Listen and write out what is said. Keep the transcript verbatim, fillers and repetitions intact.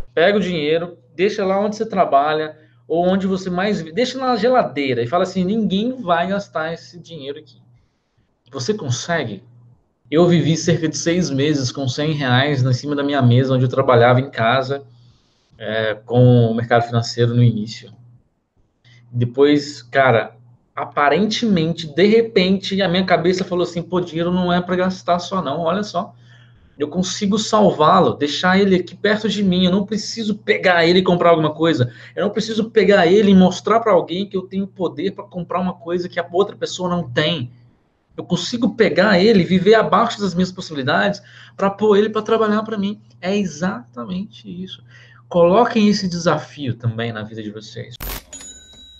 Pega o dinheiro, deixa lá onde você trabalha, ou onde você mais... Deixa na geladeira e fala assim, ninguém vai gastar esse dinheiro aqui. Você consegue? Eu vivi cerca de seis meses com cem reais em cima da minha mesa, onde eu trabalhava em casa, é, com o mercado financeiro no início. Depois, cara, aparentemente, de repente, a minha cabeça falou assim, pô, dinheiro não é para gastar só não, olha só. Eu consigo salvá-lo, deixar ele aqui perto de mim. Eu não preciso pegar ele e comprar alguma coisa. Eu não preciso pegar ele e mostrar para alguém que eu tenho poder para comprar uma coisa que a outra pessoa não tem. Eu consigo pegar ele, viver abaixo das minhas possibilidades para pôr ele para trabalhar para mim. É exatamente isso. Coloquem esse desafio também na vida de vocês.